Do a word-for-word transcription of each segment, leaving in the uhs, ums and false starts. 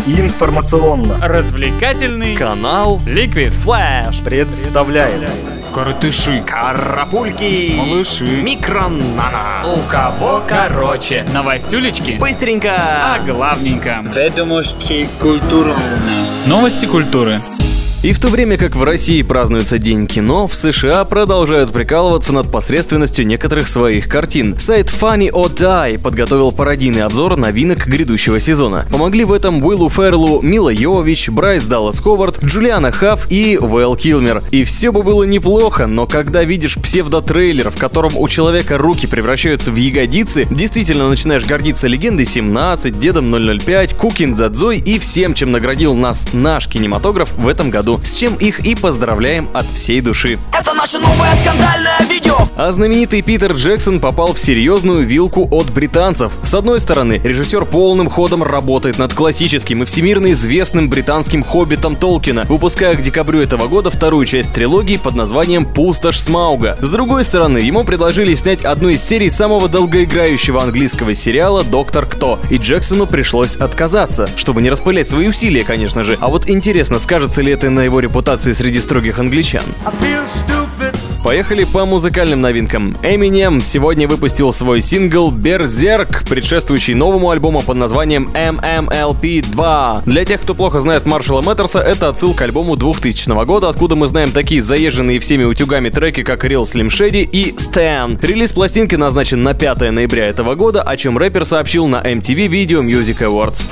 информационно-развлекательный канал Liquid Flash представляет Коротыши, Карапульки, малыши, Микронана. у кого короче. Новостюлечки, Быстренько, а главненько. Ведомости культуры. Новости культуры. И в то время как в России празднуется День кино, в США продолжают прикалываться над посредственностью некоторых своих картин. Сайт Funny or Die подготовил пародийный обзор новинок грядущего сезона. Помогли в этом Уиллу Ферреллу, Мила Йовович, Брайс Даллас Ховард, Джулиана Хафф и Вэл Килмер. И все бы было неплохо, но когда видишь псевдотрейлер, в котором у человека руки превращаются в ягодицы, действительно начинаешь гордиться легендой семнадцать, Дедом ноль ноль пять, Кукин Дзадзой и всем, чем наградил нас наш кинематограф в этом году. С чем их и поздравляем от всей души. Это наше новое скандальное видео! А знаменитый Питер Джексон попал в серьезную вилку от британцев. С одной стороны, режиссер полным ходом работает над классическим и всемирно известным британским хоббитом Толкина, выпуская к декабрю этого года вторую часть трилогии под названием «Пустошь Смауга». С другой стороны, ему предложили снять одну из серий самого долгоиграющего английского сериала «Доктор Кто», и Джексону пришлось отказаться, чтобы не распылять свои усилия, конечно же. А вот интересно, скажется ли это на его репутации среди строгих англичан. Поехали по музыкальным новинкам. Eminem сегодня выпустил свой сингл «Берзерк», предшествующий новому альбому под названием эм эм эл пи два. Для тех, кто плохо знает Маршалла Мэттерса, это отсылка к альбому двухтысячного года, откуда мы знаем такие заезженные всеми утюгами треки, как Real Slim Shady и Stan. Релиз пластинки назначен на пятое ноября этого года, о чем рэпер сообщил на эм ти ви Video Music Awards.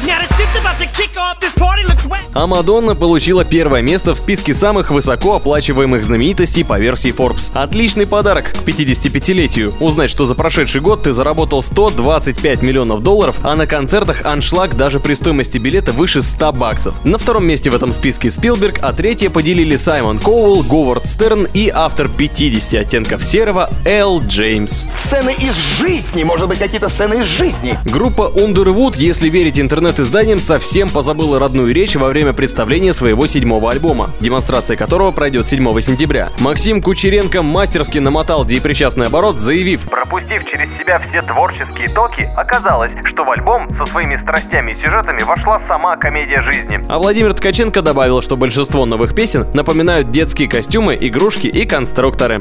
А Мадонна получила первое место в списке самых высокооплачиваемых знаменитостей по версии Forbes. Отличный подарок к пятидесятипятилетию. Узнать, что за прошедший год ты заработал сто двадцать пять миллионов долларов, а на концертах аншлаг даже при стоимости билета выше ста баксов. На втором месте в этом списке Спилберг, а третье поделили Саймон Коуэлл, Говард Стерн и автор пятидесяти оттенков серого Эл Джеймс. Сцены из жизни, может быть, какие-то сцены из жизни. Группа Underwood, если верить интернет-изданиям, совсем позабыла родную речь во время представления своего седьмого альбома, демонстрация которого пройдет седьмого сентября. Максим Кучеренко мастерски намотал деепричастный оборот, заявив: пропустив через себя все творческие токи, оказалось, что в альбом со своими страстями и сюжетами вошла сама комедия жизни. А Владимир Ткаченко добавил, что большинство новых песен напоминают детские костюмы, игрушки и конструкторы.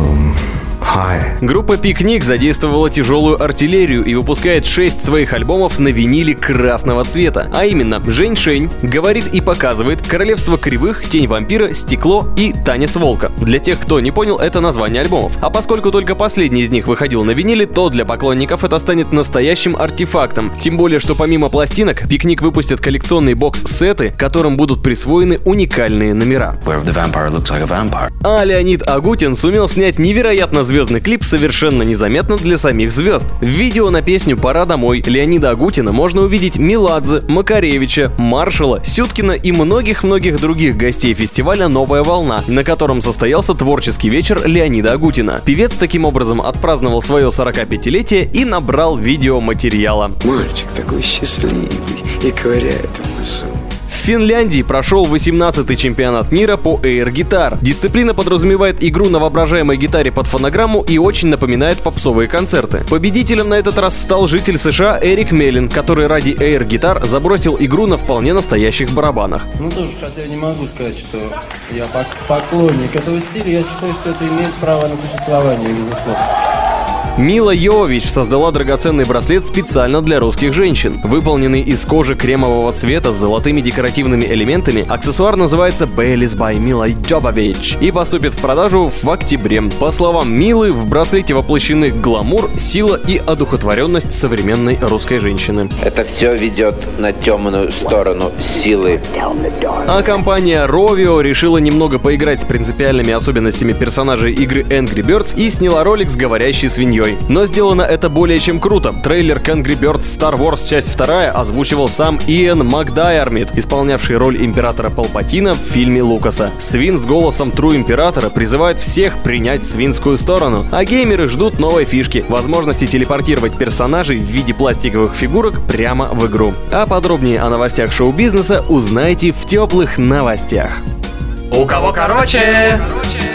Hi. Группа «Пикник» задействовала тяжелую артиллерию и выпускает шесть своих альбомов на виниле красного цвета. А именно «Жень-Шень», «Говорит и показывает», «Королевство кривых», «Тень вампира», «Стекло» и «Танец волка». Для тех, кто не понял, это название альбомов. А поскольку только последний из них выходил на виниле, то для поклонников это станет настоящим артефактом. Тем более, что помимо пластинок, «Пикник» выпустит коллекционные бокс-сеты, которым будут присвоены уникальные номера. Like а Леонид Агутин сумел снять невероятно звездный Звездный клип совершенно незаметно для самих звезд. В видео на песню «Пора домой» Леонида Агутина можно увидеть Меладзе, Макаревича, Маршала, Сюткина и многих-многих других гостей фестиваля «Новая волна», на котором состоялся творческий вечер Леонида Агутина. Певец таким образом отпраздновал свое сорокапятилетие и набрал видеоматериала. Мальчик такой счастливый и ковыряет в носу. В Финляндии прошел восемнадцатый чемпионат мира по эйр-гитар. Дисциплина подразумевает игру на воображаемой гитаре под фонограмму и очень напоминает попсовые концерты. Победителем на этот раз стал житель США Эрик Мелин, который ради эйр-гитар забросил игру на вполне настоящих барабанах. Ну тоже, хотя я не могу сказать, что я поклонник этого стиля, я считаю, что это имеет право на существование, безусловно. Мила Йовович создала драгоценный браслет специально для русских женщин. Выполненный из кожи кремового цвета с золотыми декоративными элементами, аксессуар называется Baileys by Mila Jovovich и поступит в продажу в октябре. По словам Милы, в браслете воплощены гламур, сила и одухотворенность современной русской женщины. Это все ведет на темную сторону силы. А компания Rovio решила немного поиграть с принципиальными особенностями персонажей игры Angry Birds и сняла ролик с говорящей свиньей. Но сделано это более чем круто. Трейлер к Angry Birds Star Wars часть вторая озвучивал сам Иэн Макдайармид, исполнявший роль императора Палпатина в фильме Лукаса. Свин с голосом Тру Императора призывает всех принять свинскую сторону. А геймеры ждут новой фишки — возможности телепортировать персонажей в виде пластиковых фигурок прямо в игру. А подробнее о новостях шоу-бизнеса узнаете в теплых новостях. У кого короче?